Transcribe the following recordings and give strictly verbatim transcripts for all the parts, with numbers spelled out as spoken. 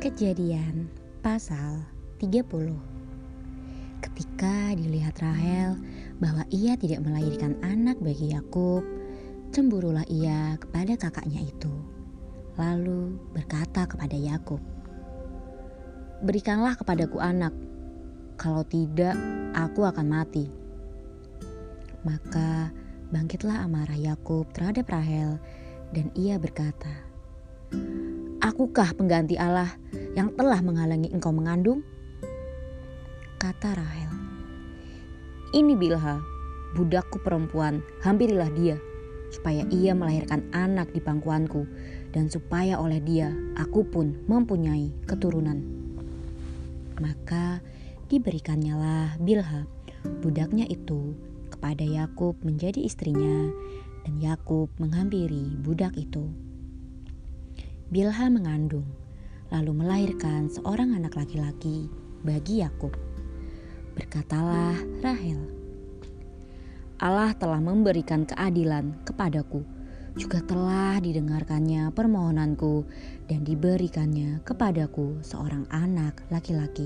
Kejadian pasal tiga puluh. Ketika dilihat Rahel bahwa ia tidak melahirkan anak bagi Yakub, cemburulah ia kepada kakaknya itu. Lalu berkata kepada Yakub, "Berikanlah kepadaku anak, kalau tidak aku akan mati." Maka bangkitlah amarah Yakub terhadap Rahel dan ia berkata, "Akukah pengganti Allah yang telah menghalangi engkau mengandung?" Kata Rahel, "Ini Bilha, budakku perempuan, hampirilah dia, supaya ia melahirkan anak di pangkuanku, dan supaya oleh dia aku pun mempunyai keturunan." Maka diberikannya Bilha, budaknya itu, kepada Yakub menjadi istrinya, dan Yakub menghampiri budak itu. Bilha mengandung, lalu melahirkan seorang anak laki-laki bagi Yakub. Berkatalah Rahel, "Allah telah memberikan keadilan kepadaku, juga telah didengarkannya permohonanku, dan diberikannya kepadaku seorang anak laki-laki."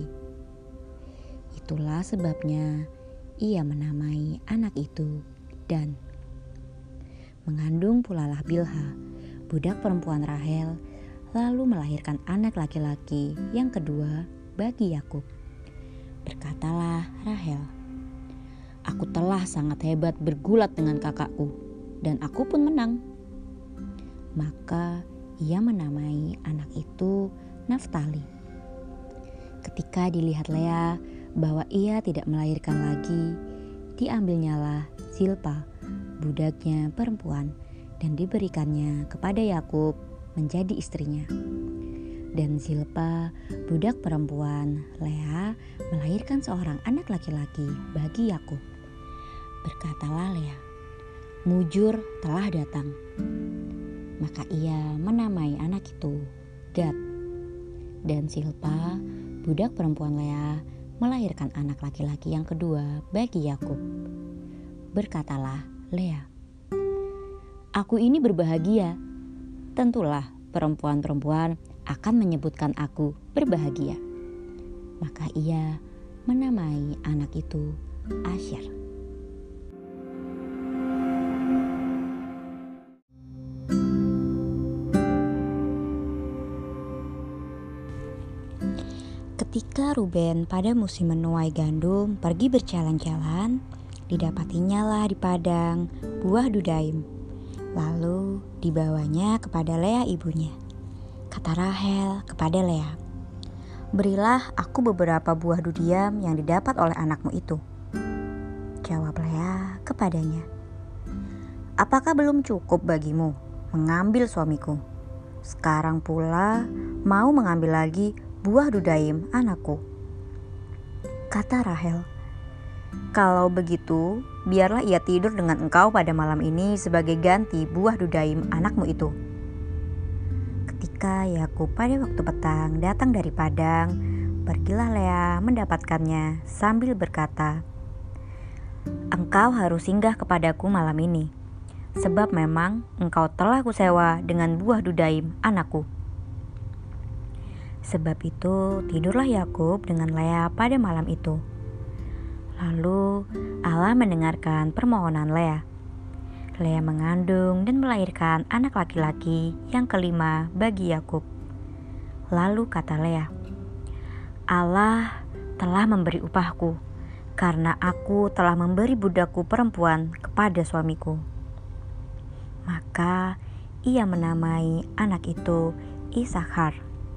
Itulah sebabnya ia menamai anak itu Dan. Mengandung pulalah Bilha, budak perempuan Rahel, lalu melahirkan anak laki-laki yang kedua bagi Yakub. Berkatalah Rahel, "Aku telah sangat hebat bergulat dengan kakakku, dan aku pun menang." Maka ia menamai anak itu Naftali. Ketika dilihat Lea bahwa ia tidak melahirkan lagi, diambilnyalah Zilpa, budaknya perempuan, dan diberikannya kepada Yakub menjadi istrinya. Dan Zilpa, budak perempuan Lea, melahirkan seorang anak laki-laki bagi Yakub. Berkatalah Lea, "Mujur telah datang." Maka ia menamai anak itu Gad. Dan Zilpa, budak perempuan Lea, melahirkan anak laki-laki yang kedua bagi Yakub. Berkatalah Lea, "Aku ini berbahagia. Tentulah perempuan-perempuan akan menyebutkan aku berbahagia." Maka ia menamai anak itu Asyer. Ketika Ruben pada musim menuai gandum pergi berjalan-jalan, didapatinya lah di padang buah dudaim. Lalu dibawanya kepada Lea ibunya. Kata Rahel kepada Lea, "Berilah aku beberapa buah dudiam yang didapat oleh anakmu itu." Jawab Lea kepadanya, "Apakah belum cukup bagimu mengambil suamiku? Sekarang pula mau mengambil lagi buah dudaim anakku." Kata Rahel, "Kalau begitu, biarlah ia tidur dengan engkau pada malam ini sebagai ganti buah dudaim anakmu itu." Ketika Yakub pada waktu petang datang dari padang, pergilah Lea mendapatkannya sambil berkata, "Engkau harus singgah kepadaku malam ini, sebab memang engkau telah kusewa dengan buah dudaim anakku." Sebab itu tidurlah Yakub dengan Lea pada malam itu. Lalu Allah mendengarkan permohonan Lea. Lea mengandung dan melahirkan anak laki-laki yang kelima bagi Yakub. Lalu kata Lea, "Allah telah memberi upahku, karena aku telah memberi budakku perempuan kepada suamiku." Maka ia menamai anak itu Isakhar.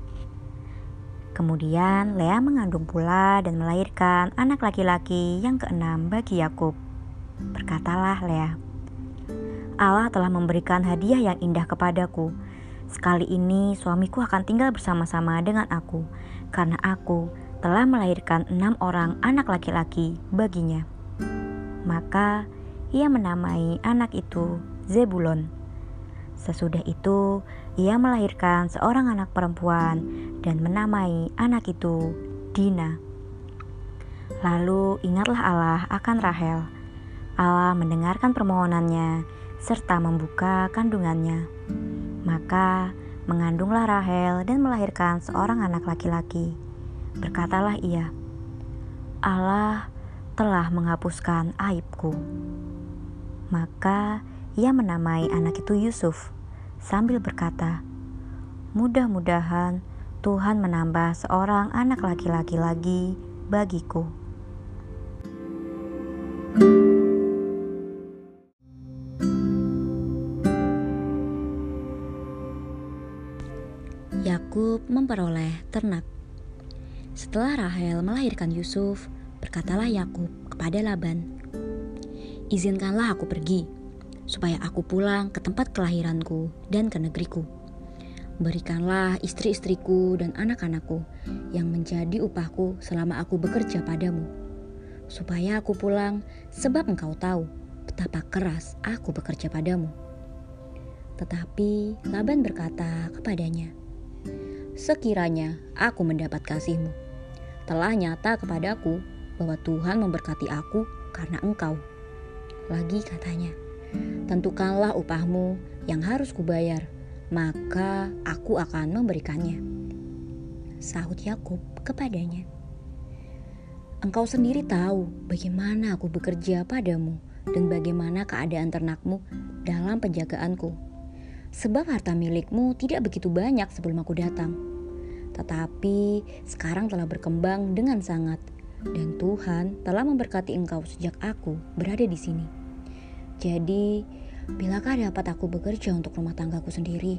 Kemudian Lea mengandung pula dan melahirkan anak laki-laki yang keenam bagi Yakub. Berkatalah Lea, "Allah telah memberikan hadiah yang indah kepadaku. Sekali ini suamiku akan tinggal bersama-sama dengan aku, karena aku telah melahirkan enam orang anak laki-laki baginya." Maka ia menamai anak itu Zebulon. Sesudah itu ia melahirkan seorang anak perempuan dan menamai anak itu Dina. Lalu ingatlah Allah akan Rahel. Allah mendengarkan permohonannya serta membuka kandungannya. Maka Mengandunglah Rahel dan melahirkan seorang anak laki-laki. Berkatalah ia, Allah telah menghapuskan aibku. Maka ia menamai anak itu Yusuf, sambil berkata, mudah-mudahan Tuhan menambah seorang anak laki-laki lagi bagiku. Yakub memperoleh ternak. Setelah Rahel melahirkan Yusuf, berkatalah Yakub kepada Laban, izinkanlah aku pergi, supaya aku pulang ke tempat kelahiranku dan ke negeriku. Berikanlah istri-istriku dan anak-anakku yang menjadi upahku selama aku bekerja padamu, supaya aku pulang, sebab engkau tahu betapa keras aku bekerja padamu. Tetapi Laban berkata kepadanya, sekiranya aku mendapat kasihmu, telah nyata kepadaku bahwa Tuhan memberkati aku karena engkau. Lagi katanya, tentukanlah upahmu yang harus kubayar, maka aku akan memberikannya. Sahut Yakub kepadanya, engkau sendiri tahu bagaimana aku bekerja padamu dan bagaimana keadaan ternakmu dalam penjagaanku. Sebab harta milikmu tidak begitu banyak sebelum aku datang, tetapi sekarang telah berkembang dengan sangat, dan Tuhan telah memberkati engkau sejak aku berada di sini. Jadi, bilakah dapat aku bekerja untuk rumah tanggaku sendiri?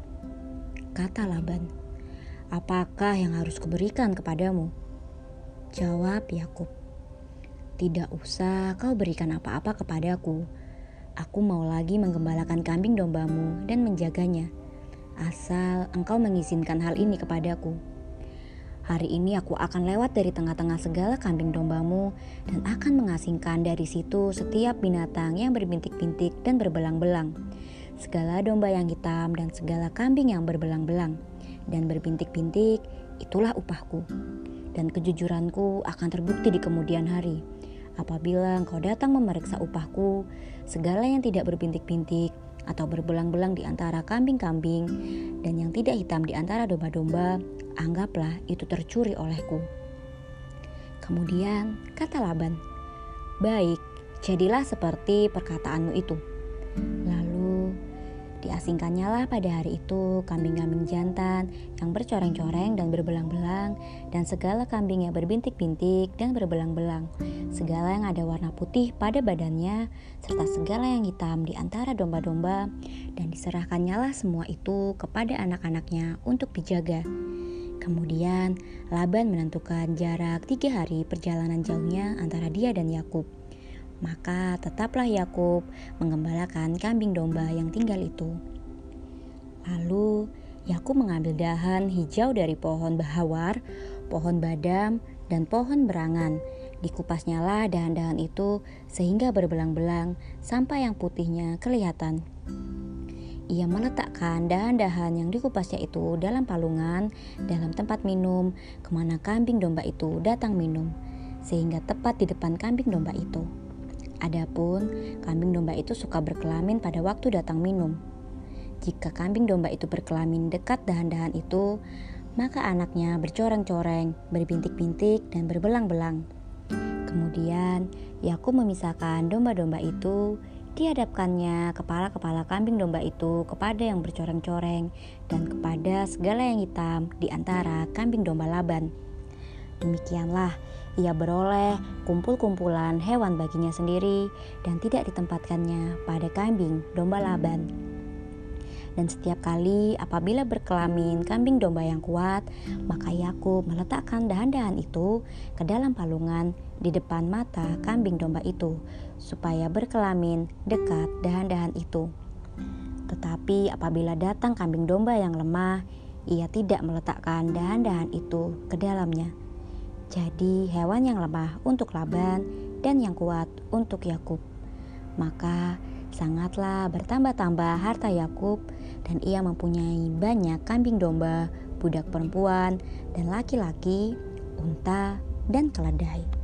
Kata Laban, apakah yang harus kuberikan kepadamu? Jawab Yakub, tidak usah kau berikan apa-apa kepadaku. Aku mau lagi menggembalakan kambing dombamu dan menjaganya, asal engkau mengizinkan hal ini kepadaku. Hari ini aku akan lewat dari tengah-tengah segala kambing dombamu dan akan mengasingkan dari situ setiap binatang yang berbintik-bintik dan berbelang-belang, segala domba yang hitam dan segala kambing yang berbelang-belang dan berbintik-bintik, itulah upahku. Dan kejujuranku akan terbukti di kemudian hari. Apabila engkau datang memeriksa upahku, segala yang tidak berbintik-bintik atau berbelang-belang di antara kambing-kambing dan yang tidak hitam di antara domba-domba, anggaplah itu tercuri olehku. Kemudian kata Laban, baik, jadilah seperti perkataanmu itu. Lalu diasingkannya lah pada hari itu kambing-kambing jantan yang bercoreng-coreng dan berbelang-belang, dan segala kambing yang berbintik-bintik dan berbelang-belang, segala yang ada warna putih pada badannya, serta segala yang hitam di antara domba-domba, dan diserahkannya lah semua itu kepada anak-anaknya untuk dijaga. Kemudian Laban menentukan jarak tiga hari perjalanan jauhnya antara dia dan Yakub. Maka tetaplah Yakub menggembalakan kambing domba yang tinggal itu. Lalu Yakub mengambil dahan hijau dari pohon bahawar, pohon badam, dan pohon berangan. Dikupasnya lah dahan-dahan itu sehingga berbelang-belang sampai yang putihnya kelihatan. Ia meletakkan dahan-dahan yang dikupasnya itu dalam palungan, dalam tempat minum, kemana kambing domba itu datang minum, sehingga tepat di depan kambing domba itu. Adapun kambing domba itu suka berkelamin pada waktu datang minum. Jika kambing domba itu berkelamin dekat dahan-dahan itu, maka anaknya bercoreng-coreng, berbintik-bintik, dan berbelang-belang. Kemudian Yakub memisahkan domba-domba itu, dihadapkannya kepala-kepala kambing domba itu kepada yang bercoreng-coreng dan kepada segala yang hitam di antara kambing domba Laban. Demikianlah ia beroleh kumpul-kumpulan hewan baginya sendiri dan tidak ditempatkannya pada kambing domba Laban. Dan setiap kali apabila berkelamin kambing domba yang kuat, maka Yakub meletakkan dahan-dahan itu ke dalam palungan di depan mata kambing domba itu, supaya berkelamin dekat dahan-dahan itu. Tetapi apabila datang kambing domba yang lemah, ia tidak meletakkan dahan-dahan itu ke dalamnya. Jadi hewan yang lemah untuk Laban dan yang kuat untuk Yakub. Maka sangatlah bertambah-tambah harta Yakub, dan ia mempunyai banyak kambing domba, budak perempuan, dan laki-laki, unta, dan keledai.